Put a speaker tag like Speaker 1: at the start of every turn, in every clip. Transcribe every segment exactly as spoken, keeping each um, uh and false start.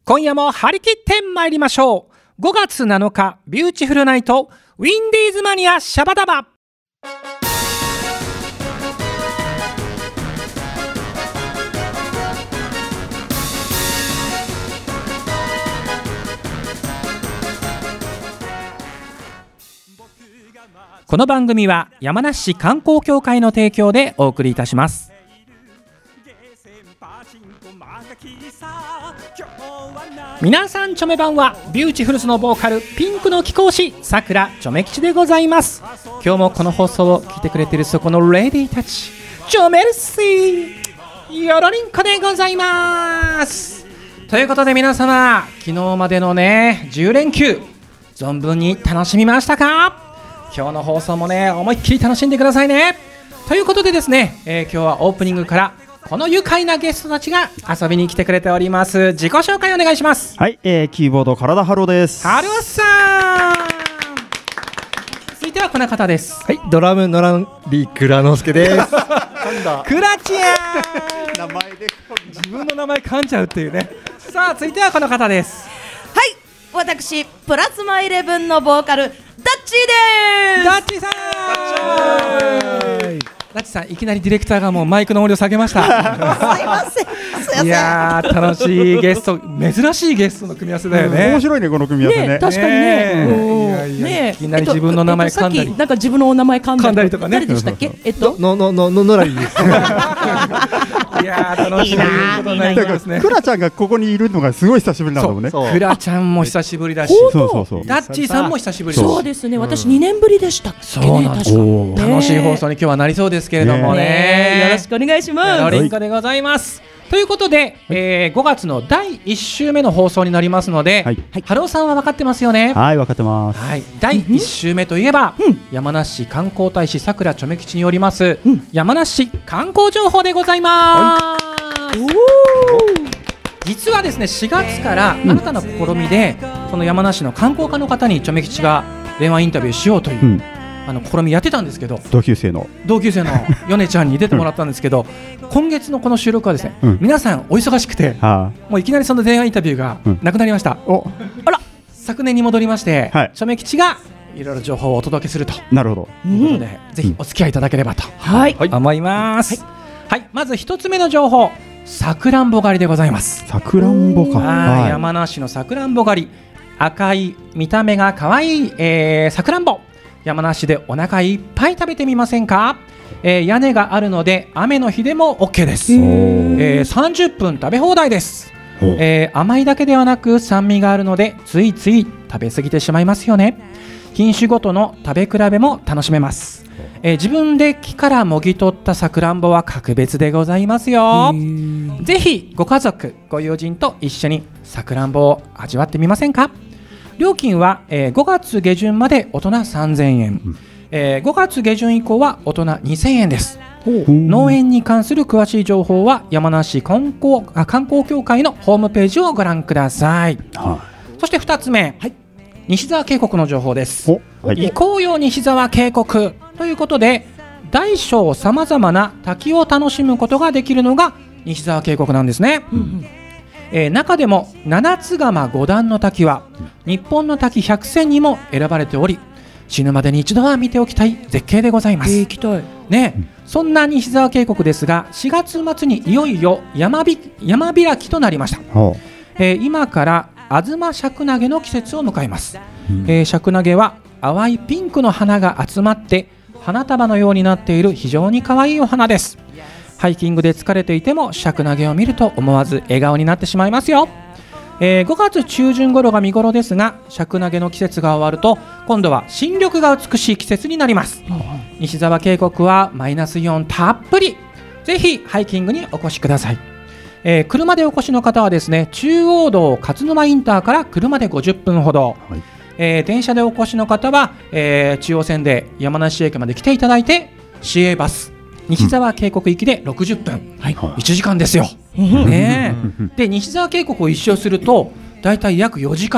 Speaker 1: 今夜も張り切って参りましょう。ごがつなのかビューティフルナイトウィンディーズマニアシャバダバ。この番組は山梨市観光協会の提供でお送りいたします。皆さんチョメ版はビューティフルズのボーカルピンクの貴公子さくらチョメ吉でございます。今日もこの放送を聞いてくれているそこのレディーたち、チョメルシーよろりんこでございます。ということで皆様、昨日までのねじゅうれんきゅう存分に楽しみましたか？今日の放送もね思いっきり楽しんでくださいね。ということでですね、えー、今日はオープニングからこの愉快なゲストたちが遊びに来てくれております。自己紹介お願いします。
Speaker 2: はい、えー、キーボード体ハローです。
Speaker 1: ハローさん。続いてはこの方です。
Speaker 3: はい、ドラムノランリクラノスケです。
Speaker 1: クラチア
Speaker 2: 名前で
Speaker 1: 自分の名前噛んじゃうっていうね。さあ続いてはこの方です。
Speaker 4: はい、私プラズマイレブンのボーカルダッチーです。
Speaker 1: ダッチーさん。ダッチさん、いきなりディレクターがもうマイクの音量下げました。
Speaker 4: すいません、すいません。
Speaker 1: いやー楽しいゲスト、珍しいゲストの組み合わせだよね。
Speaker 2: 面白いねこの組み合わせね。
Speaker 4: ね、確かにね。
Speaker 1: ねいやいやねいきなり自分の名前噛んだり、
Speaker 4: えっとえっと、さっきなんか自分のお名前噛んだり、
Speaker 1: 噛んだりとかね。
Speaker 4: 誰でしたっけ？えっと
Speaker 3: のののののらりです。
Speaker 1: いやー楽しいことになりますね。
Speaker 2: クラちゃんがここにいるのがすごい久しぶりなんだもんね。
Speaker 1: クラちゃんも久しぶりだし、
Speaker 2: そうそうそう。
Speaker 1: ダッチーさんも久しぶりだし。
Speaker 4: そうですね。私にねんぶりでしたっけね。
Speaker 1: そうなんです。
Speaker 4: 確か
Speaker 1: 楽しい放送に今日はなりそうですけれどもね。
Speaker 4: よろしくお願いします。
Speaker 1: よろりんこでございます。ということで、えー、ごがつのだいいっ週目の放送になりますので、はい、ハローさんは分かってますよね。
Speaker 2: はい、分かってます。
Speaker 1: はい、だいいっ週目といえば、うん、山梨市観光大使さくらちょめ吉によります、うん、山梨市観光情報でございます。はい、実はですねしがつから新たな試みで、うん、その山梨の観光課の方にちょめ吉が電話インタビューしようという、うんあの試みやってたんですけど、
Speaker 2: 同級生の
Speaker 1: 同級生の米ちゃんに出てもらったんですけど、うん、今月のこの収録はですね、うん、皆さんお忙しくて、はあ、もういきなりその電話インタビューがなくなりました、うん、おあら昨年に戻りまして、はい、チョメ吉がいろいろ情報をお届けすると
Speaker 2: なるほど
Speaker 1: いうことで、うん、ぜひお付き合いいただければと、はいはい、思います、はいはい、まず一つ目の情報、さくらんぼ狩りでございます。
Speaker 2: さくらんぼか、
Speaker 1: はい、山梨のさくらんぼ狩り、赤い見た目が可愛いさくらんぼ、山梨でお腹いっぱい食べてみませんか？えー、屋根があるので雨の日でも OK です。えー、さんじゅっぷん食べ放題です。えー、甘いだけではなく酸味があるのでついつい食べ過ぎてしまいますよね。品種ごとの食べ比べも楽しめます。えー、自分で木からもぎ取ったさくらんぼは格別でございますよ。ぜひご家族ご友人と一緒にさくらんぼを味わってみませんか？料金は、えー、ごがつ下旬まで大人さんぜんえん、うんえー、ごがつ下旬以降は大人にせんえんです。農園に関する詳しい情報は山梨観光、あ、観光協会のホームページをご覧ください。はあ、そしてふたつめ、はい、西沢渓谷の情報です。はい、行こうよ西沢渓谷ということで大小さまざまな滝を楽しむことができるのが西沢渓谷なんですね。うんうんえー、中でも七つ釜五段の滝は日本の滝ひゃくせんにも選ばれており、死ぬまでに一度は見ておきたい絶景でございます。
Speaker 4: えー、行きたい
Speaker 1: ね、うん、そんな西沢渓谷ですがしがつ末にいよいよ 山, び山開きとなりました。えー、今から東尺投げの季節を迎えます。うん、えー、尺投げは淡いピンクの花が集まって花束のようになっている非常に可愛いお花です。ハイキングで疲れていても尺投げを見ると思わず笑顔になってしまいますよ。えー、ごがつ中旬頃が見頃ですが尺投げの季節が終わると今度は新緑が美しい季節になります。うん、西沢渓谷はマイナスイオンたっぷり、ぜひハイキングにお越しください。えー、車でお越しの方はですね中央道勝沼インターから車でごじゅっぷんほど、はいえー、電車でお越しの方は、えー、中央線で山梨駅まで来ていただいて市営バス西沢渓谷行きでろくじゅっぷん、はい、いちじかんですよ、ね、で西沢渓谷を一周するとだいたい約よじかん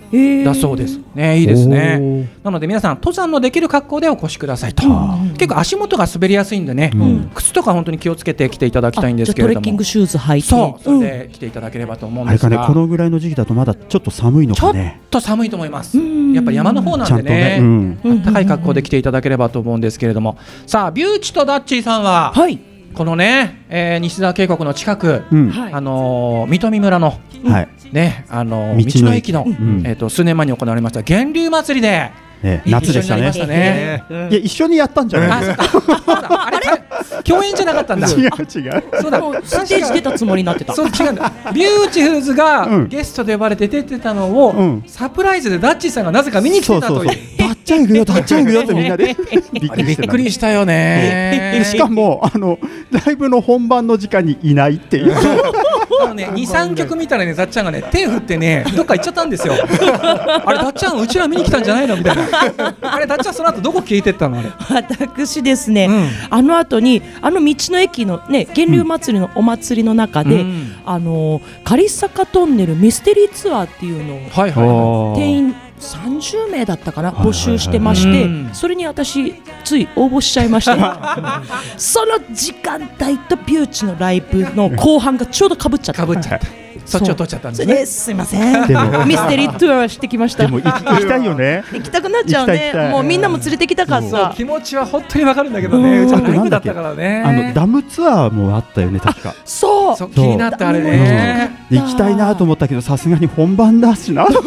Speaker 1: だそうですね。いいですね。なので皆さん登山のできる格好でお越しくださいと。結構足元が滑りやすいんでね、靴とか本当に気をつけて来ていただきたいんですけれども、
Speaker 4: トレッキングシューズ履いて、
Speaker 1: そうそれで来ていただければと思うんですが、
Speaker 2: あれかね、このぐらいの時期だとまだちょっと寒いのかね。
Speaker 1: ちょっと寒いと思います。やっぱり山の方なんでね、暖かい格好で来ていただければと思うんですけれども、さあビューチとダッチーさんは、はい、このね、えー、西澤渓谷の近く、うん、あのー、三富村の、はい、ね、あのー、道の駅の、うん、えー、と数年前に行われました源流祭りで、
Speaker 2: ね、夏でしたね。ね、いや一緒にやったんじゃない？あ、そうか。そうだ。あれ
Speaker 1: 共演じゃなかったんだ。
Speaker 2: 違う違う。
Speaker 4: そうだ。ステージ出たつもりになってた。
Speaker 1: そう違うんだ。ビューチフルズがゲストで呼ばれて出てたのを、うん、サプライズでダッチーさんがなぜか見に来てたという。
Speaker 2: ダッチャン行くよダッチャン行くよってみんなで
Speaker 1: びっくりしてた。びっくりしたよね。
Speaker 2: しかもあのライブの本番の時間にいないっていう。
Speaker 1: あのね、にさんきょく見たらね、ダッチャンがね手振ってねどっか行っちゃったんですよ。あれダッチャンうちら見に来たんじゃないのみたいな。あれダッチャンその後どこ消えてったのあれ。
Speaker 4: 私ですね、うん、あの後にあの道の駅のね源流祭りのお祭りの中で、うん、あの狩坂トンネルミステリーツアーっていうのを、はいはい、定員さんじゅうめいだったかな、募集してまして、はいはいはい、それに私つい応募しちゃいましてその時間帯とビューチのライブの後半がちょうどかぶっちゃった。
Speaker 1: かぶっちゃった。そっちを取っちゃったんですね。
Speaker 4: すいません。ミステリーツアーしてきました。
Speaker 2: でも行き、行きたいよね。
Speaker 4: 行きたくなっちゃうね。もうみんなも連れてきたからさ。
Speaker 1: 気持ちは本当にわかるんだけどね。うちのライブだったからね。
Speaker 2: あのダムツアーもあったよね確か。
Speaker 4: そう。
Speaker 1: そう気になったあれね。
Speaker 2: 行きたいなと思ったけどさすがに本番だしな。そう。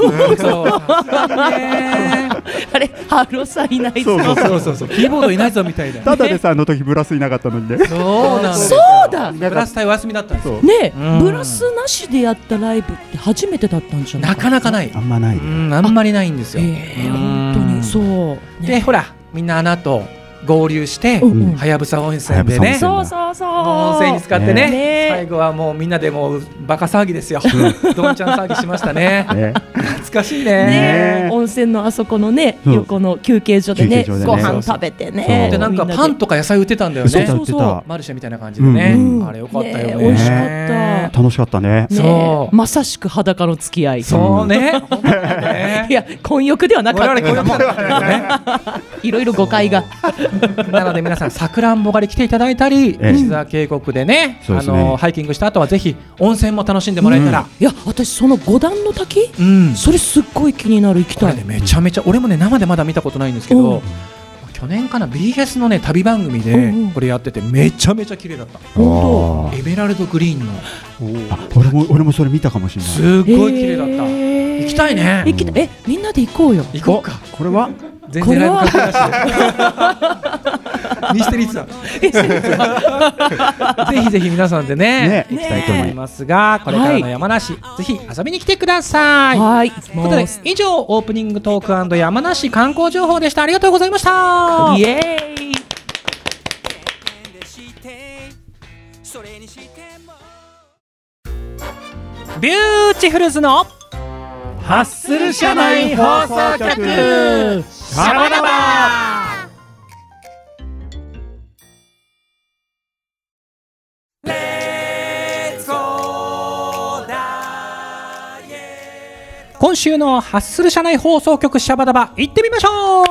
Speaker 4: あれハロさんいないぞ。
Speaker 1: そうそうそうそう。キーボードいないぞみたいな。
Speaker 2: ただでさあの時ブラスいなかったのにね。
Speaker 1: そうなんです。
Speaker 4: そうだ。
Speaker 1: ブラス隊お休みだったんですよ。
Speaker 4: ね、ブラスなしでやったライブって初めてだったんじゃない？
Speaker 1: なかなかない。
Speaker 2: あんまない。
Speaker 1: うん、あんまりないんですよ。
Speaker 4: ええ、本当にそう。
Speaker 1: でほらみんなあの後合流してはやぶさ温泉でね、
Speaker 4: そうそうそう、
Speaker 1: 温泉に使ってね、最後はもうみんなでもうバカ騒ぎですよ。どんちゃん騒ぎしましたね。懐かしいね。
Speaker 4: 温泉のあそこのね横の休憩所でねご飯食べてね。
Speaker 1: でなんかパンとか野菜売ってたんだよね。
Speaker 4: そうそう
Speaker 1: マルシェみたいな感じでね。あれよかったよね。
Speaker 4: 美味しかった。
Speaker 2: 楽しかったね。
Speaker 4: そうまさしく裸の付き合い。
Speaker 1: そうね。
Speaker 4: いや混浴ではなかったけどもいろいろ誤解が。
Speaker 1: なので皆さんさくらんぼ狩り来ていただいたり、西澤渓谷でね、あのハイキングした後はぜひ温泉も楽しんでもらえたら。
Speaker 4: いや私その五段の滝、それすっごい気になる。行きたい。
Speaker 1: めちゃめちゃ俺もね生でまだ見たことないんですけど、去年かな ビーエス のね旅番組でこれやっててめちゃめちゃ綺麗だった。本当エメラルドグリーンの。
Speaker 2: 俺も俺もそれ見たかもしれない。
Speaker 1: すっごい綺麗だった。行きたいね。
Speaker 4: 行きたい。えみんなで行こうよ。
Speaker 1: 行こうか。
Speaker 2: これは
Speaker 1: 全然ライブ関係なしでミステリーツアーぜひぜひ皆さんでね行きたいと思いますが、これからの山梨ぜひ遊びに来てください。はい、ということで以上オープニングトーク&山梨観光情報でした。ありがとうございました。
Speaker 4: イエーイ。
Speaker 1: ビューティフルズのハッスル社内放送局シャバダバ。今週のハッスル社内放送局シャバダバ行ってみましょう。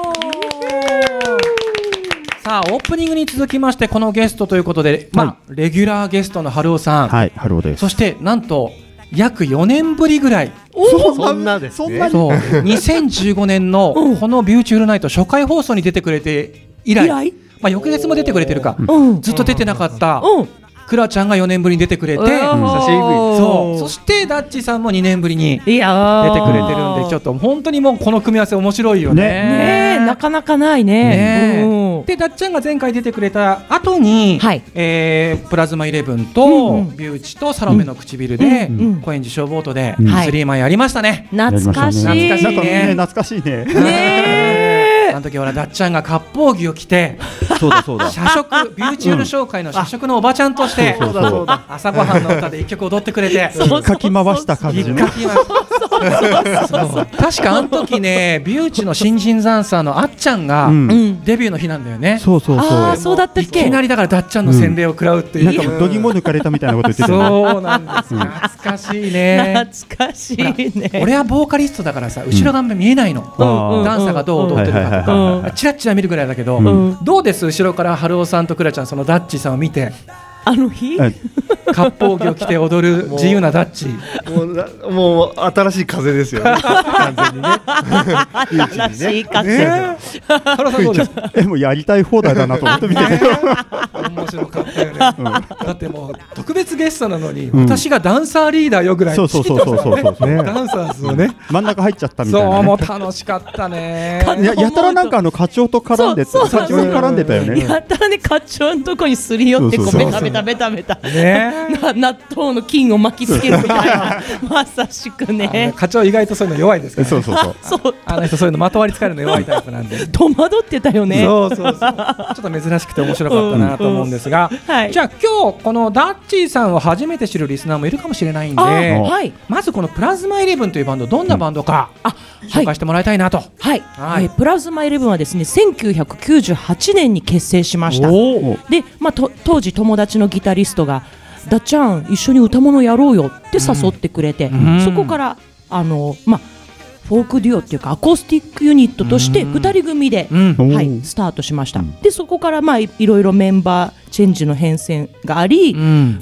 Speaker 1: さあオープニングに続きましてこのゲストということで、まあ、はい、レギュラーゲストの春尾さん、
Speaker 2: はい、春尾です。
Speaker 1: そしてなんと約よねんぶりぐらい。
Speaker 3: そんなですね。
Speaker 1: そうにせんじゅうごねんのこのビューチフルナイト初回放送に出てくれて以来、まあ、翌月も出てくれてるか、ずっと出てなかったクラちゃんがよねんぶりに出てくれて、そうそしてダッチさんもにねんぶりに出てくれてるんで、ちょっと本当にもうこの組み合わせ面白いよね。
Speaker 4: ねえなかなかないね。
Speaker 1: でダッチャンが前回出てくれた後に、はいえー、プラズマイレブンと、うんうん、ビューチとサロメの唇で、うんうん、高円寺ショーボートで、うん、スリーマンやりましたね。
Speaker 4: 懐かしい。
Speaker 2: 懐かしいね。懐かしいね。
Speaker 4: ね
Speaker 1: あの時ほらダッチャンが割烹着を着て
Speaker 2: そうだそうだ
Speaker 1: 社食ビューチフル紹介の社食のおばちゃんとして朝ごはんの歌で一曲踊ってくれて
Speaker 2: かき回した感じね。
Speaker 1: そう確かあの時ねビューチの新人ダンサーのあっちゃんがデビューの日なんだよね。
Speaker 2: そうそうそう。
Speaker 4: あそうだったっけ。
Speaker 1: いきなりだからダッちゃんの洗礼を食らうっていう、
Speaker 2: うん、なんか度肝抜かれたみたいなこと言ってた、ね、
Speaker 1: そうなんです。懐かしいね。
Speaker 4: 懐かしいね。
Speaker 1: 俺はボーカリストだからさ後ろが見えないの、うん、ダンサーがどう踊ってるかとか、うん、チラチラ見るぐらいだけど、うん、どうです後ろから春尾さんとクラちゃんそのダッチさんを見て
Speaker 4: あの日
Speaker 1: 割烹着を着て踊る自由なダッチ
Speaker 3: もう、もう新しい風ですよね完全にね
Speaker 4: 新しい風、ね、
Speaker 1: 原さんどうですか。
Speaker 2: えもうやりたい放題だなと思って見て
Speaker 1: 面白かったよね、うん、だってもう特別ゲストなのに、うん、私がダンサーリーダーよぐらい
Speaker 2: そうそうそうそうそうそう、ね、
Speaker 1: ダンサーズをね
Speaker 2: 真ん中入っちゃったみたいな、ね、
Speaker 1: そうもう楽しかったね
Speaker 2: や, やたらなんかあの課長と絡んで課長に絡んでたよね。
Speaker 4: やたらね課長のとこにすり寄って米食べたべたべたね納豆の菌を巻きつけるみたいなまさしくね。
Speaker 1: 課長意外とそういうの弱いですから、ね、
Speaker 2: そうそうそう
Speaker 1: そうあの人そういうのまとわりつかれるの弱いタイプなんで
Speaker 4: 戸惑ってたよね。
Speaker 1: そうそうそうちょっと珍しくて面白かったなと思うんですが、うんうんはい、じゃあ今日このダッチーさんを初めて知るリスナーもいるかもしれないんで、はい、まずこのプラズマイレブンというバンドどんなバンドか、うん、あ紹介してもらいたいなと。
Speaker 4: はい、はい、えー、プラズマイレブンはですねせんきゅうひゃくきゅうじゅうはちねんに結成しました。で、まあ、と当時友達のギタリストがだっちゃん一緒に歌物やろうよって誘ってくれて、うん、そこからあの、まあ、フォークデュオっていうかアコースティックユニットとしてふたり組で、うんはい、スタートしました、うん、でそこから、まあ、い, いろいろメンバーチェンジの変遷があり、うん、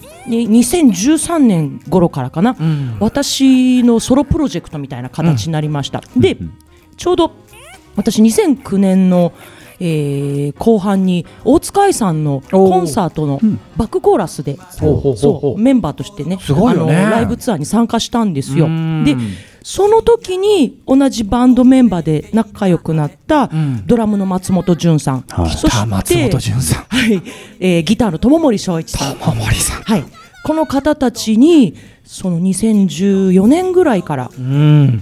Speaker 4: にせんじゅうさんねん頃からかな、うん、私のソロプロジェクトみたいな形になりました、うん、で、うん、ちょうど私にせんきゅうねんのえー、後半に大塚愛さんのコンサートのバックコーラスで、うん、そうそうメンバーとしてね、
Speaker 1: すごいよね、
Speaker 4: あのライブツアーに参加したんですよ。でその時に同じバンドメンバーで仲良くなったドラムの松本潤さん、
Speaker 1: うん、そして松本潤さん、
Speaker 4: はいえー、ギターの友森翔一さん、
Speaker 1: 友森さん、
Speaker 4: はい、この方たちにそのにせんじゅうよねんぐらいから、うん、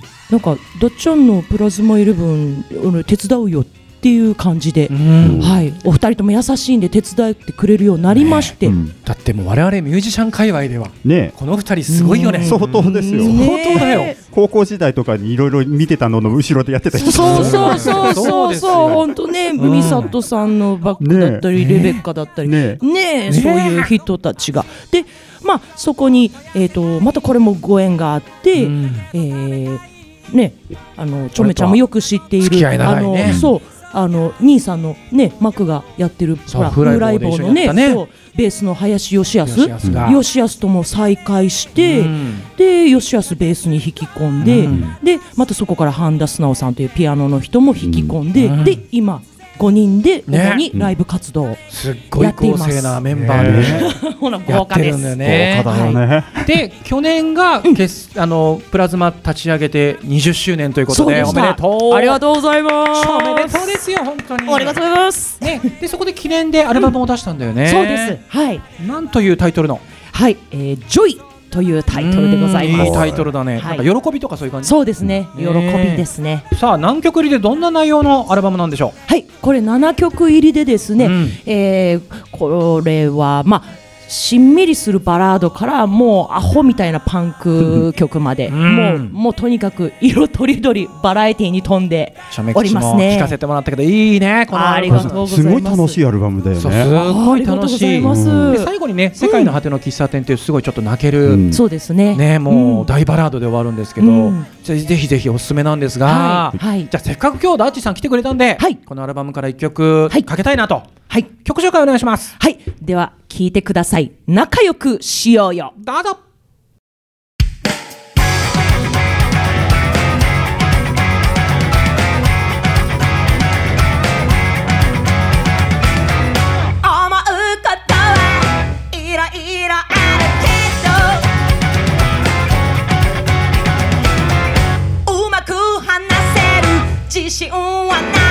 Speaker 4: なんかだっちゃんのプラズマイレブン手伝うよっていう感じで、うんはい、お二人とも優しいんで手伝ってくれるようになりまして、ねうん、
Speaker 1: だってもう我々ミュージシャン界隈では、ね、この二人すごいよね、
Speaker 2: うん、相当ですよ、
Speaker 1: ね、相当だよ。
Speaker 2: 高校時代とかにいろいろ見てたのの後ろでやってた人
Speaker 4: そうそうそうそうそう本当ね、うん、ミサトさんのバックだったり、ね、レベッカだったり ね, ね, ねそういう人たちがで、まあ、そこに、えーと、またこれもご縁があって、うんえーね、あのちょめちゃんもよく知っている
Speaker 1: 付き合い長いね、
Speaker 4: あのそうあの兄さんのねマクがやってるほらフライボーのね、ねそうベースの林義康義康とも再会して、うん、で義康ベースに引き込んで、うん、でまたそこから半田素直さんというピアノの人も引き込んで、うん、で今ごにんで主にライブ活動をやっています、ね、すっごい
Speaker 1: 構成なメンバーで、ね、やってるんだよね。
Speaker 2: 豪華だよね、はい、
Speaker 1: で去年が、うん、あのプラズマ立ち上げてにじゅっしゅうねんということでおめでとう。
Speaker 4: ありがとうございます。
Speaker 1: おめでとうですよ本当に。
Speaker 4: ありがとうございます、
Speaker 1: ね、でそこで記念でアルバムを出したんだよね、
Speaker 4: うん、そうです、はい、
Speaker 1: なんというタイトルの
Speaker 4: はい、えー、ジョイというタイトルでございます。
Speaker 1: いいタイトルだね、はい、なんか喜びとかそういう感じ。
Speaker 4: そうですね、喜びですね。
Speaker 1: さあ何曲入りでどんな内容のアルバムなんでしょう。
Speaker 4: はい、これななきょく入りでですね、うんえー、これはまあしんみりするバラードからもうアホみたいなパンク曲まで、うん、もう、もうとにかく色とりどりバラエティに富んでおりますね。
Speaker 1: 聞かせてもらったけどいいねこのアルバム。
Speaker 4: ありがとうございます。
Speaker 2: すごい楽しいアルバムだよね。
Speaker 1: そうすごい楽しい。うん、で最後にね世界の果ての喫茶店っていうすごいちょっと泣ける、うん、
Speaker 4: そうですね。
Speaker 1: ねもう大バラードで終わるんですけど、うん、ぜひぜひおすすめなんですが、はいはい、じゃあせっかく今日ダッチさん来てくれたんで、はい、このアルバムからいっきょくかけたいなと。はいはい、曲紹介お願いします。
Speaker 4: はい、では聴いてください。仲良くしようよ。
Speaker 1: どうぞ。
Speaker 5: 思うことはいろいろあるけどうまく話せる自信はないんだ。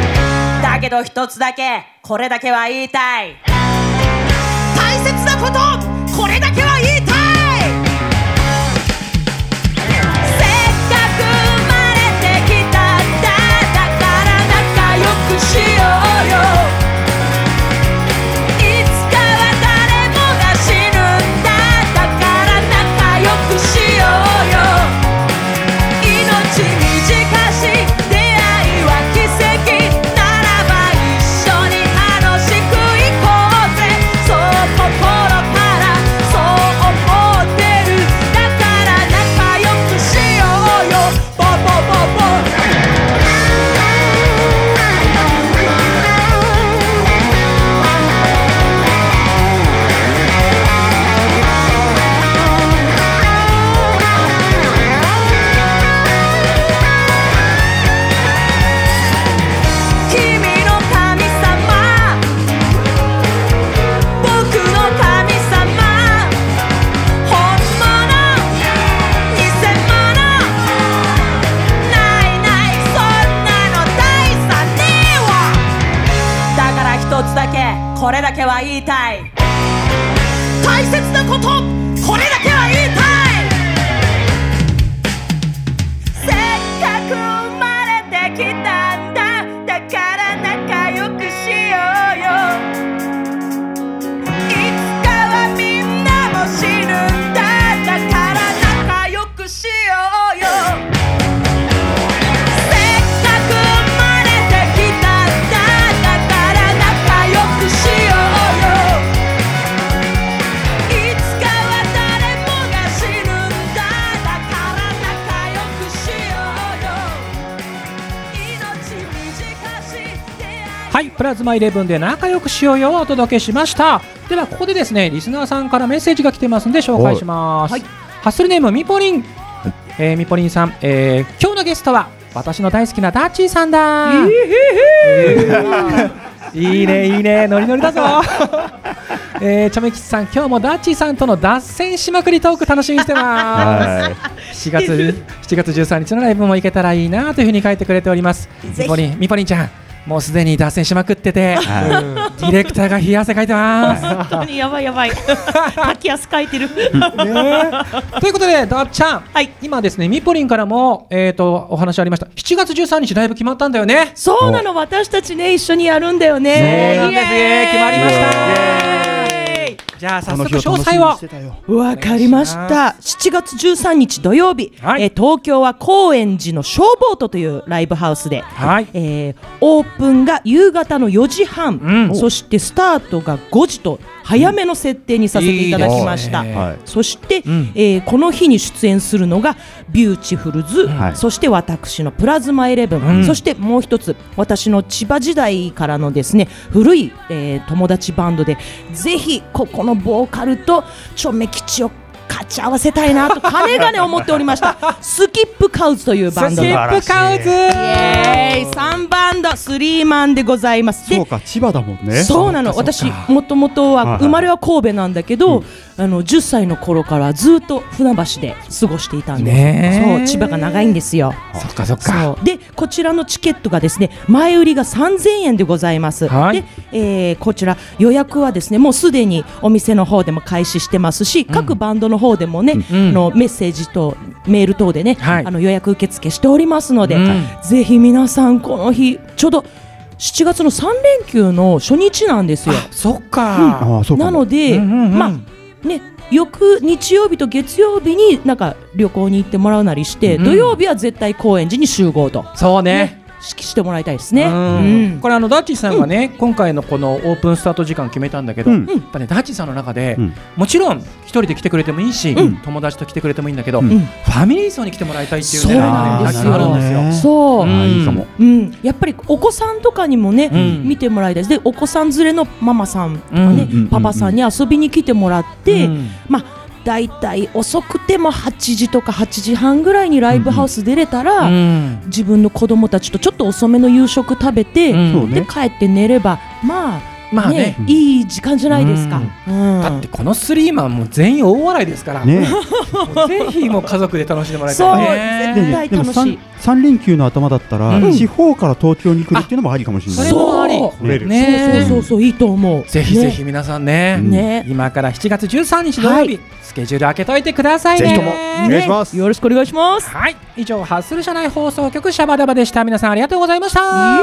Speaker 5: けど一つだけこれだけは言いたい。大切なことをは言いたい。大切なこと、これだけは言いたい。せっかく生まれてきたんだ、だから仲良くしようよ。いつかはみんなも死ぬんだ、だから仲良くしようよ。せっかく生まれてきたんだ、だから仲良くしようよ。いつかは誰もが死ぬんだ、だから仲良くしようよ。命短し出会い。
Speaker 1: はい、プラズマイレブンで仲良くしようよをお届けしました。ではここでですね、リスナーさんからメッセージが来てますので紹介します。
Speaker 4: はい、
Speaker 1: ハッスルネームみぽりん、えー、みぽりんさん、えー、今日のゲストは私の大好きなダッチーさんだ。いいねいいね、ノリノリだぞ。えー、チョメキチさん、今日もダッチーさんとの脱線しまくりトーク楽しみにしてます。しちがつしちがつじゅうさんにちのライブも行けたらいいなというふうに書いてくれております。みぽりん、みぽりんちゃん、もうすでに脱線しまくってて、はい、ディレクターが冷や汗かいてます。
Speaker 4: 本当にやばいやばい。滝汗かいてる。ね、
Speaker 1: ということでダッちゃん、
Speaker 4: はい、
Speaker 1: 今ですね、みぽりんからも、えー、とお話ありましたしちがつじゅうさんにちライブ決まったんだよね。
Speaker 4: そうなの、私たちね一緒にやるんだよ
Speaker 1: ね。そうなんです、
Speaker 4: イエーイ、
Speaker 1: 決まりました。じゃあ早速詳細を。
Speaker 4: わかりました。しちがつじゅうさんにち土曜日、はい、えー、東京は高円寺のショーボートというライブハウスで、はい、えー、オープンが夕方のよじはん、うん、そしてスタートがごじと早めの設定にさせていただきました。いい、そして、うん、えー、この日に出演するのがビューティフルズ、うん、そして私のプラズマイレブン、うん、そしてもう一つ私の千葉時代からのですね古い、えー、友達バンドで、ぜひここのボーカルとチョメ吉を勝ち合わせたいなとかねがね思っておりました。スキップカウズというバンド、
Speaker 1: スキップカウズ、イ
Speaker 4: エーイ、さんバンドスリーマンでございます。
Speaker 2: そうか、千葉だもんね。
Speaker 4: そうなの、私もともとは生まれは神戸なんだけど、うん、あのじゅっさいの頃からずっと船橋で過ごしていたんです、ね、そう、千葉が長いんですよ。
Speaker 1: そっかそっか。
Speaker 4: そうで、こちらのチケットがですね前売りがさんぜんえんでございます、はい、で、えー、こちら予約はですねもうすでにお店の方でも開始してますし、うん、各バンドの方でもね、うん、あのメッセージとメール等でね、はい、あの予約受付しておりますので、うん、ぜひ皆さんこの日ちょうどしちがつのさんれんきゅうの初日なんですよ。
Speaker 1: そっか、
Speaker 4: うん、あそうか。なので、うんうんうん、まあね、翌日曜日と月曜日になんか旅行に行ってもらうなりして、うん、土曜日は絶対高円寺に集合と。
Speaker 1: そうね、
Speaker 4: 指揮してもらいたいですね。うん、
Speaker 1: これあのダッチさんがね、うん、今回のこのオープンスタート時間決めたんだけど、うん、やっぱねダッチさんの中で、うん、もちろん一人で来てくれてもいいし、うん、友達と来てくれてもいいんだけど、うん、ファミリー層に来てもらいたいっていう狙いがねダッチさんあるんですよ。
Speaker 4: そう、
Speaker 1: うん、いいかも、
Speaker 4: うん、やっぱりお子さんとかにもね、うん、見てもらいたいです。で、お子さん連れのママさんとかね、うん、パパさんに遊びに来てもらって、うん、まあだいたい遅くてもはちじとかはちじはんぐらいにライブハウス出れたら、うん、自分の子供たちとちょっと遅めの夕食食べて、うん、で帰って寝ればまあまあね、ね、いい時間じゃないですか、
Speaker 1: うんうん、だってこのスリーマンも全員大笑いですから、ね、ぜひもう家族で楽しんでもらいたいね。
Speaker 4: そう、絶対楽しい。
Speaker 2: さんれんきゅうの頭だったら、うん、地方から東京に来るっていうのもありかもしれない。
Speaker 1: それもあり、
Speaker 4: ね、そうそうそうそう、いいと思う。
Speaker 1: ぜひぜひ皆さん ね, ね今からしちがつじゅうさんにち土曜日、はい、スケジュール開けといてくださいね。
Speaker 2: ぜひともお願いします、
Speaker 4: ね、よろしくお願いします。
Speaker 1: はい、以上ハッスル社内放送局シャバダバでした。皆さんありがとうございました。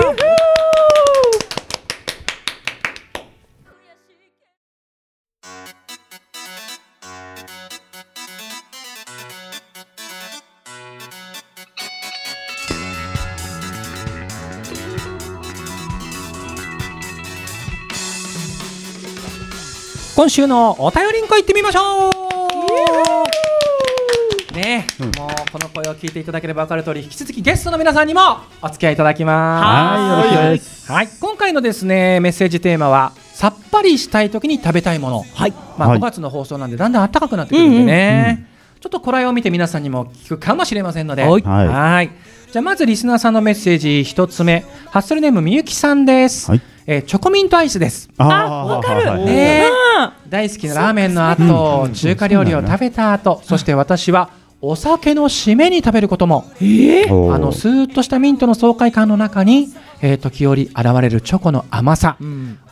Speaker 1: 今週のお便りんこ行ってみましょうね、うん、もうこの声を聞いていただければ分かる通り、引き続きゲストの皆さんにもお付き合いいただきます。
Speaker 2: はい、よろしくお願いします。
Speaker 1: はい、今回のですねメッセージテーマはさっぱりしたい時に食べたいもの、はい、まあ、ごがつの放送なんでだんだん暖かくなってくるんでね、うんうんうん、ちょっとこれを見て皆さんにも聞くかもしれませんので、はい、はい、じゃあまずリスナーさんのメッセージ一つ目、ハッスルネームみゆきさんです、はい、えー、チョコミントアイスです。
Speaker 4: あ、わかる、
Speaker 1: ね、大好きなラーメンの後、中華料理を食べた後、そして私はお酒の締めに食べることも、えー、あのスーッとしたミントの爽快感の中に、えー、時折現れるチョコの甘さ、うん、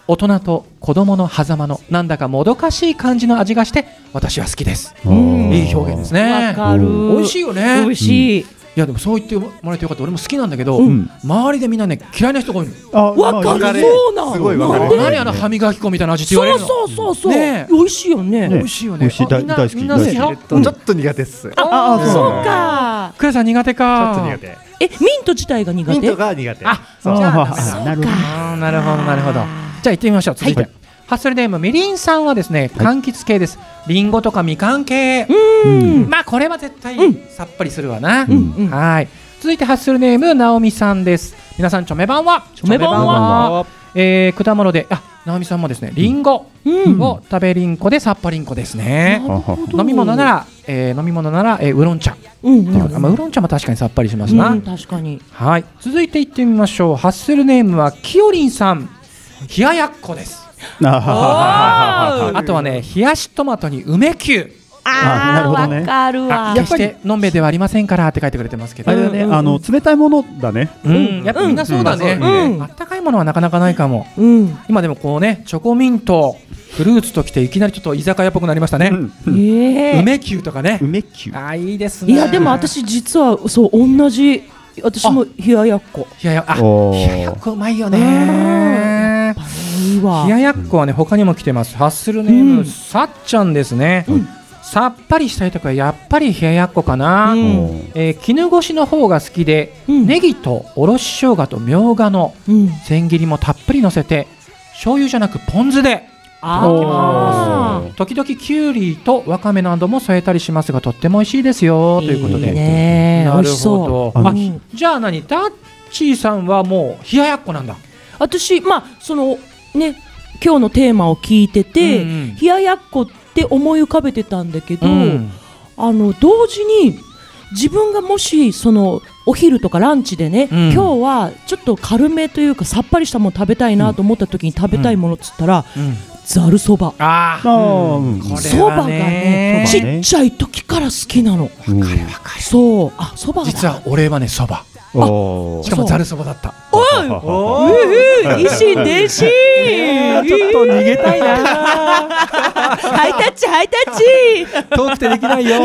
Speaker 1: 大人と子供の狭間のなんだかもどかしい感じの味がして私は好きです。
Speaker 4: うん
Speaker 1: いい表現ですね。
Speaker 4: わかる。
Speaker 1: 美味しいよね。
Speaker 4: 美味しい。
Speaker 1: いやでもそう言ってもらえてよかった。俺も好きなんだけど、
Speaker 2: うん
Speaker 1: 周りでみんなね嫌いな人が多いの。
Speaker 2: あ
Speaker 4: わかる。
Speaker 2: まあ
Speaker 4: そうなの。
Speaker 3: すごいわかる
Speaker 4: なんで
Speaker 1: 何あの歯磨き粉みたいな味って言われ
Speaker 4: そう
Speaker 1: るの。
Speaker 4: そうそうそう。
Speaker 1: ねえ
Speaker 4: 美味しいよね。
Speaker 2: ね
Speaker 1: 美味しいよね。
Speaker 2: 美味しい
Speaker 1: あみんな
Speaker 2: 大大好き
Speaker 1: みんな好き
Speaker 2: 大好
Speaker 1: よ
Speaker 3: ちょっと苦手っす。ちょっ
Speaker 2: ああ
Speaker 4: そう
Speaker 2: う
Speaker 4: か。
Speaker 1: クラさん苦手か。
Speaker 3: と苦手。
Speaker 4: え、ミント自体が苦手。
Speaker 3: ミントが苦手。
Speaker 1: あ、
Speaker 2: そう
Speaker 1: じゃあ
Speaker 2: あなるほど
Speaker 1: あーなるほどなるほど。じゃあ行ってみましょう。続いて、ハッスルネームみりんさんはですね、柑橘系です。リンゴとかみかん系。
Speaker 2: うん
Speaker 1: まあこれは絶対さっぱりするわな。
Speaker 4: うんうん。
Speaker 1: はい。続いてハッスルネームなおみさんです。皆さんチョメ版は
Speaker 4: チョメ版は
Speaker 1: えー果物で、あ、なおみさんもですね、リンゴ
Speaker 4: うん
Speaker 1: を食べりんこでさっぱりんこですね。
Speaker 4: なるほど
Speaker 1: 飲み物なら、えー飲み物なら、えーウーロン茶。
Speaker 4: うんうんうん。
Speaker 1: あまあウーロン茶も確かにさっぱりしますな。
Speaker 4: うん、確かに。
Speaker 1: はい。続いていってみましょう。ハッスルネームはきよりんさん。冷ややっこです。
Speaker 2: あははははは
Speaker 1: あとはね、冷やしトマトに梅きゅう。
Speaker 2: あなるほどね
Speaker 4: わかるわ。
Speaker 1: 決してのんべえではありませんからって書いてくれてますけど。
Speaker 2: あれだね、
Speaker 4: うんうん
Speaker 2: あの冷たいものだね。
Speaker 1: うん、やっぱみんなそうだね。
Speaker 4: うんうん
Speaker 1: あったかいものはなかなかないかも。
Speaker 4: うん。
Speaker 1: 今でもこうね、チョコミント、フルーツときていきなりちょっと居酒屋っぽくなりましたね。
Speaker 2: うん
Speaker 4: ええ。
Speaker 1: 梅きゅうとかね。
Speaker 2: 梅きゅう。
Speaker 1: あーいいですね。
Speaker 4: いやでも私実はそう同じ。私も冷ややっこ。
Speaker 1: いやいや、あ、
Speaker 2: おー
Speaker 1: 冷ややっこうまいよ
Speaker 4: うん
Speaker 1: ね。
Speaker 4: いいわ。
Speaker 1: 冷ややっこはね、他にも来てます。ハッスルネーム、
Speaker 4: うん
Speaker 1: さっちゃんですね。
Speaker 4: うん
Speaker 1: さっぱりしたいときはやっぱり冷ややっこかな。
Speaker 4: うん
Speaker 1: えー絹ごしの方が好きで、
Speaker 4: うん
Speaker 1: ネギとおろし生姜とみょうがの
Speaker 4: うん。
Speaker 1: 千切りもたっぷりのせて醤油じゃなくポン酢で
Speaker 4: ああ。
Speaker 1: 時々きゅうりとわかめなども添えたりしますがとっても美味しいですよということで、
Speaker 4: いいね。
Speaker 1: なる
Speaker 4: 美味しそ
Speaker 1: ほど。
Speaker 2: う
Speaker 1: あ
Speaker 4: うん
Speaker 1: じゃあ何ダッチーさんはもう冷ややっこなんだ。
Speaker 4: う。私まあそのね今日のテーマを聞いてて、
Speaker 1: うんうん
Speaker 4: 冷ややっこって思い浮かべてたんだけど、
Speaker 1: うん
Speaker 4: あの同時に自分がもしそのお昼とかランチでね、
Speaker 1: うん
Speaker 4: 今日はちょっと軽めというかさっぱりしたもの食べたいなと思った時に食べたいものっつったら、
Speaker 1: うん
Speaker 4: ざるそば。
Speaker 1: あ
Speaker 2: あーうん
Speaker 1: これはね
Speaker 4: そばがねち
Speaker 2: そばね
Speaker 4: っちゃい時から好きなの。
Speaker 2: うん
Speaker 4: そうあそばが
Speaker 1: 実は俺はねそば
Speaker 2: おー
Speaker 1: しかもざるそばだった。
Speaker 4: おい
Speaker 2: お
Speaker 4: 維新伝心
Speaker 1: ちょっと逃げたいな。
Speaker 4: ハイタッチハイタッチ
Speaker 1: 遠くてできないよ。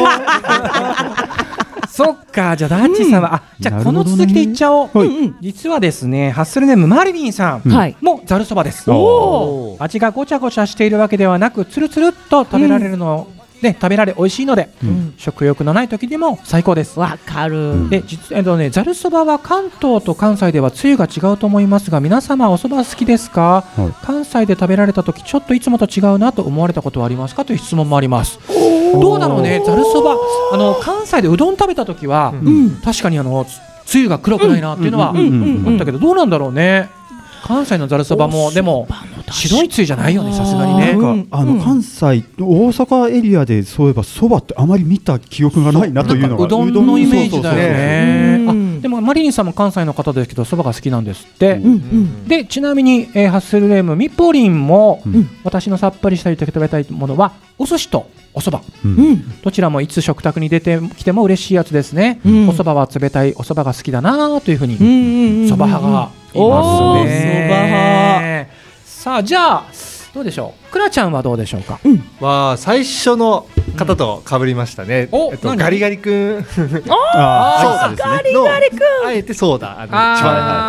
Speaker 1: そっか、じゃあダッチーさんは、あ、じゃあこの
Speaker 2: なるほどね
Speaker 1: 続きでいっちゃおう。
Speaker 2: はい
Speaker 4: うんうん
Speaker 1: 実はですね、ハッスルネームマリリンさん
Speaker 4: はい
Speaker 1: もざるそばです。
Speaker 2: お
Speaker 1: 味がごちゃごちゃしているわけではなく、つるつるっと食べられるの、ね、食べられ美味しいので、
Speaker 2: うん
Speaker 1: 食欲のない時にも最高です。
Speaker 4: わかる
Speaker 1: で実えっとね、ざるそばは関東と関西ではつゆが違うと思いますが、皆様おそば好きですか？
Speaker 2: はい
Speaker 1: 関西で食べられた時ちょっといつもと違うなと思われたことはありますかという質問もあります。どうだろうね、ざるそばあの関西でうどん食べた時は、
Speaker 4: うん
Speaker 1: 確かにあのつつゆが黒くないなっていうのは
Speaker 2: うんうんうんうん
Speaker 1: あったけど、どうなんだろうね。関西のざるそばもでも白いつゆじゃないよね、さすがにね。
Speaker 4: うん
Speaker 2: あの関西、大阪エリアでそういえばそばってあまり見た記憶がないなというのが
Speaker 1: なんかうどんのイメージだよね。
Speaker 4: うん
Speaker 1: あでもマリリンさんも関西の方ですけどそばが好きなんですって。
Speaker 4: うんうん
Speaker 1: でちなみに、えーハッスルネームみぽりんも、
Speaker 2: うん
Speaker 1: 私のさっぱりしたいと食べたいものはお寿司とおそば、
Speaker 2: う
Speaker 4: うんん
Speaker 1: どちらもいつ食卓に出てきても嬉しいやつですね。
Speaker 4: うん
Speaker 1: おそばは冷たいおそばが好きだなというふうに
Speaker 4: うんうんうん
Speaker 1: そば派がい
Speaker 4: お
Speaker 1: ます
Speaker 4: ー
Speaker 1: ね。
Speaker 4: そば派
Speaker 1: さあじゃあどうでしょう。くらちゃんはどうでしょうか。
Speaker 3: は最初の方と被りましたね。
Speaker 1: お何
Speaker 3: えっとガリガリ君
Speaker 2: あー
Speaker 3: ガリガリ君あえてそうだ。あの一番
Speaker 1: あ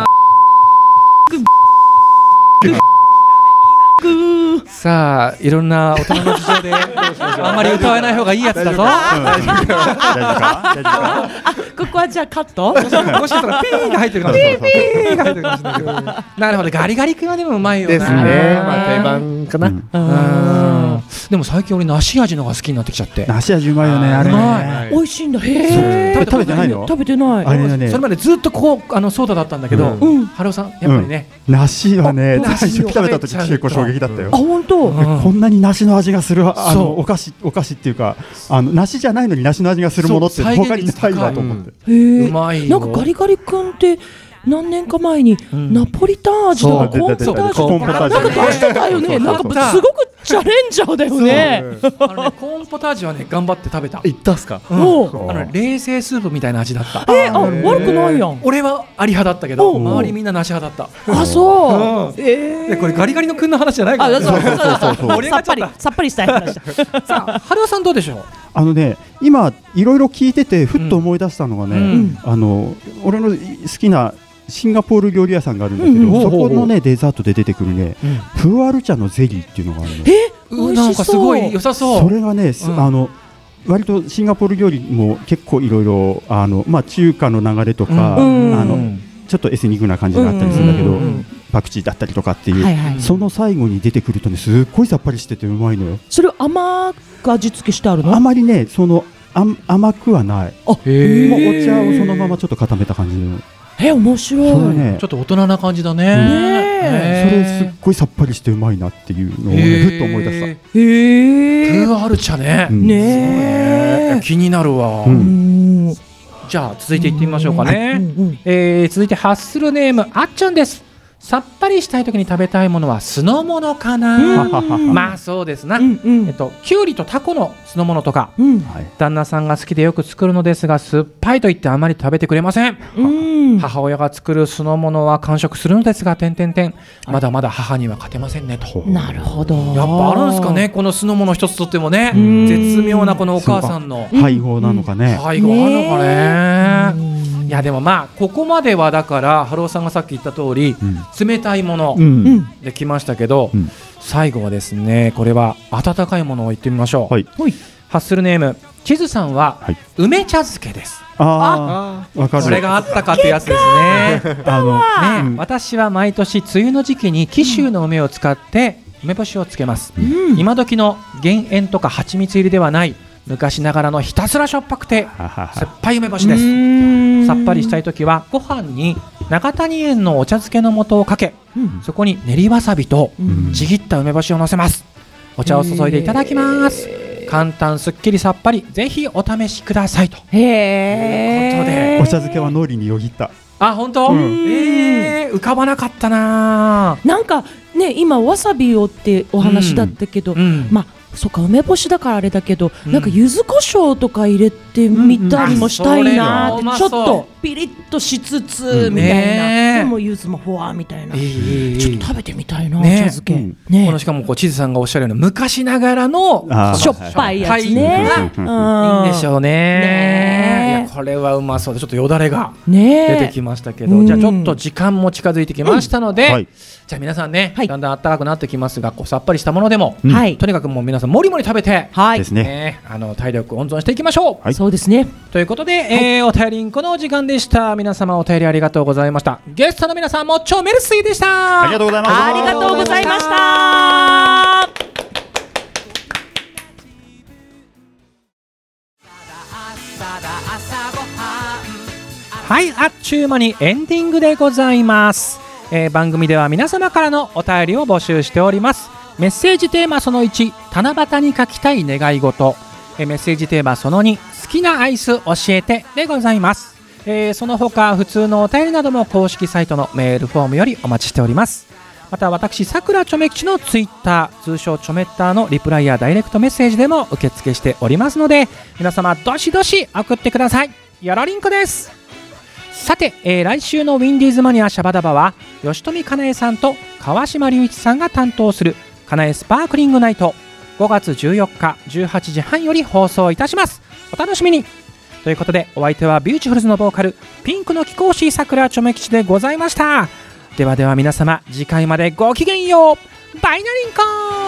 Speaker 1: さあいろんな大人の事情であんまり歌わない方がいいやつだぞ。
Speaker 2: 大丈夫か大丈夫か
Speaker 4: ここはじゃあカット
Speaker 1: もしかしたらピーンが入ってるかもしれない。ピーンが入ってるかもしれないけど。なるほど、ガリガリ君はでもうまいよね。
Speaker 3: ですね。まあ定番かな。
Speaker 2: うん
Speaker 1: うんでも最近俺梨味のが好きになってきちゃって。
Speaker 2: 梨味うまいよねあれ
Speaker 1: うま
Speaker 2: ね
Speaker 4: 美味しいんだへえ
Speaker 2: そう食べてないの
Speaker 4: 食べてない
Speaker 2: あれだね
Speaker 1: それまでずっとこうあのソーダだったんだけど、
Speaker 2: うん
Speaker 1: ハローさんやっぱりね。
Speaker 2: 梨はね
Speaker 1: あ
Speaker 2: 最初食べた時結構衝撃だったよ
Speaker 4: あ本当
Speaker 1: うん
Speaker 2: こんなに梨の味がするあ
Speaker 1: そう
Speaker 2: のお菓子お菓子っていうかあの梨じゃないのに梨の味がするものって
Speaker 1: そう
Speaker 2: 他にないわと思って
Speaker 4: へえ
Speaker 1: うまいよ
Speaker 4: なんかガリガリ君って何年か前に
Speaker 1: ん
Speaker 4: ナポリタン味とか
Speaker 2: そう
Speaker 4: コーンポタージュ
Speaker 2: コーンポ
Speaker 4: とか
Speaker 2: タージュ
Speaker 4: なんか出してたよね。
Speaker 1: そう
Speaker 4: なんかすごくチャレンジャーだよね。
Speaker 1: あのね、コーンポタージュはね頑張って食べた。
Speaker 3: 行ったっすか。
Speaker 1: うん
Speaker 4: おう
Speaker 1: あの冷製スープみたいな味だった。
Speaker 4: えあ悪くないやん。
Speaker 1: 俺はあり派だったけど
Speaker 4: おう
Speaker 1: 周りみんななし派だった。
Speaker 4: あそう。
Speaker 1: うん
Speaker 4: え
Speaker 1: でこれガリガリのくんの話じゃないからね。
Speaker 4: あそうそうそうそう。
Speaker 1: 盛り上がっちゃっ
Speaker 4: さっぱりさっぱりしたい話だ。
Speaker 1: た。さあ春尾さんどうでしょう。
Speaker 2: あのね、今いろいろ聞いててふっと思い出したのがね、
Speaker 1: うん
Speaker 2: あの俺の好きなシンガポール料理屋さんがあるんだけど、
Speaker 4: うん
Speaker 1: うん
Speaker 2: そこのねデザートで出てくるね、プーアル茶のゼリーっていうのがあるの。
Speaker 4: え
Speaker 1: うんなんかすごい良さそう。
Speaker 2: それがね、す
Speaker 1: うん
Speaker 2: あの割とシンガポール料理も結構いろいろあのまあ中華の流れとか、
Speaker 4: うん
Speaker 2: あの
Speaker 1: うん
Speaker 2: ちょっとエスニックな感じがあったりするんだけど、
Speaker 1: うんうんうん
Speaker 2: パクチーだったりとかっていう、
Speaker 4: はいはい。
Speaker 2: その最後に出てくるとねすっごいさっぱりしててうまいのよ。
Speaker 4: それ甘く味付けしてあるの？
Speaker 2: あまりねそのあん甘くはない。
Speaker 4: あ
Speaker 1: へー
Speaker 2: もうお茶をそのままちょっと固めた感じの。
Speaker 4: え面白い。
Speaker 2: それね
Speaker 1: ちょっと大人な感じだね。
Speaker 4: ね
Speaker 2: それすっごいさっぱりしてうまいなっていうのをねふっと思い出した。
Speaker 4: へ
Speaker 1: プ
Speaker 4: え。
Speaker 1: ーアル茶ね。
Speaker 2: うん
Speaker 4: ねえ。
Speaker 1: 気になるわ。
Speaker 2: う
Speaker 4: うんん。
Speaker 1: じゃあ続いていってみましょうかね。
Speaker 4: うんうん
Speaker 1: えー続いてハッスルネームあっちゃんです。さっぱりしたい時に食べたいものは酢の物かな。
Speaker 4: うん
Speaker 1: まあそうですな。
Speaker 4: うんうん
Speaker 1: えっときゅうりとタコの酢の物とか。
Speaker 4: うん
Speaker 2: はい
Speaker 1: 旦那さんが好きでよく作るのですが酸っぱいと言ってあまり食べてくれません。
Speaker 4: うん。
Speaker 1: 母親が作る酢の物は完食するのですが点々点まだまだ母には勝てませんねと。
Speaker 4: なるほど。
Speaker 1: やっぱあるんですかねこの酢の物一つとってもね
Speaker 4: うん
Speaker 1: 絶妙なこのお母さんの
Speaker 2: 配合なのかね。
Speaker 1: 配合あるのかね。
Speaker 4: うん
Speaker 1: いやでもまあここまではだから春尾さんがさっき言った通り
Speaker 2: うん
Speaker 1: 冷たいもの
Speaker 2: うん
Speaker 4: うん
Speaker 1: できましたけど、
Speaker 2: うん
Speaker 1: 最後はですねこれは温かいものを言ってみましょう、
Speaker 2: はい。
Speaker 4: ほい。
Speaker 1: ハッスルネーム地図さんは、
Speaker 2: はい
Speaker 1: 梅茶漬けです。
Speaker 2: ああわかる。
Speaker 1: これがあったかってやつですね。
Speaker 2: あの
Speaker 1: ね
Speaker 2: うん
Speaker 1: 私は毎年梅雨の時期に紀州の梅を使って梅干しをつけます、
Speaker 4: うん
Speaker 1: 今時の減塩とか蜂蜜入りではない昔ながらのひたすらしょっぱくて
Speaker 2: ははは
Speaker 1: 酸っぱい梅干しです。
Speaker 4: うん
Speaker 1: さっぱりしたい時はご飯に中谷園のお茶漬けの素をかけ
Speaker 4: うん
Speaker 1: そこに練りわさびと
Speaker 4: うん
Speaker 1: ちぎった梅干しをのせます。お茶を注いでいただきます。簡単すっきりさっぱりぜひお試しくださいと。
Speaker 4: へえ。
Speaker 2: お茶漬けは脳裏によぎった。
Speaker 1: あ本当、
Speaker 2: うん
Speaker 1: えー、浮かばなかったな。
Speaker 4: なんかね今わさびをってお話だったけど、
Speaker 1: うん
Speaker 4: まあそっか梅干しだからあれだけど、
Speaker 1: うん
Speaker 4: なんか柚子胡椒とか入れてみたりもしたいなーって、
Speaker 1: うんうんあ
Speaker 4: ちょっ
Speaker 1: それもうまそう
Speaker 4: とピリッとしつつ
Speaker 2: うん
Speaker 4: みたいな、
Speaker 1: ねえ
Speaker 4: でも柚子もふわーみたいな、
Speaker 1: いいいいいい
Speaker 4: ちょっと食べてみたいな、
Speaker 1: ねえ
Speaker 4: 茶漬け、
Speaker 2: うん
Speaker 4: ね
Speaker 1: このしかもこう地図さんがおっしゃるような昔ながらの
Speaker 2: あー
Speaker 4: しょっぱいやつね、
Speaker 2: うん
Speaker 4: うん
Speaker 1: いいんでしょうね。
Speaker 4: ねえ
Speaker 1: いやこれはうまそうでちょっとよだれが
Speaker 4: ねえ
Speaker 1: 出てきましたけど、
Speaker 4: うん
Speaker 1: じゃあちょっと時間も近づいてきましたので、
Speaker 2: はい
Speaker 1: じゃあ皆さんね、
Speaker 4: はい
Speaker 1: だんだん暖かくなってきますがこうさっぱりしたものでも、
Speaker 2: うん
Speaker 4: はい
Speaker 1: とにかくもう皆さんもりもり食べて、
Speaker 4: はい
Speaker 2: ですね。
Speaker 1: ねあの体力温存していきましょう、
Speaker 2: はい
Speaker 4: そうですね
Speaker 1: ということで、えーお便りんこのお時間でした。皆様お便りありがとうございました。ゲストの皆さんも超メルシーでした。
Speaker 2: ありがとうございました。
Speaker 4: ありがとうございました。
Speaker 1: はいあっちゅう間にエンディングでございます、えー番組では皆様からのお便りを募集しております。メッセージテーマそのいち七夕に書きたい願い事、えーメッセージテーマそのに好きなアイス教えてでございます、えーその他普通のお便りなども公式サイトのメールフォームよりお待ちしております。また私さくらちょめ吉のツイッター通称ちょめッターのリプライやダイレクトメッセージでも受付しておりますので皆様どしどし送ってください。よろりんこです。さて、えー来週のウィンディーズマニアシャバダバは吉富かなえさんと川島隆一さんが担当するかなえスパークリングナイトごがつじゅうよっかじゅうはちじはんより放送いたします。お楽しみに。ということでお相手はビューティフルズのボーカルピンクの貴公子さくらちょめ吉でございました。ではでは皆様次回までごきげんよう。バイナリンコーン。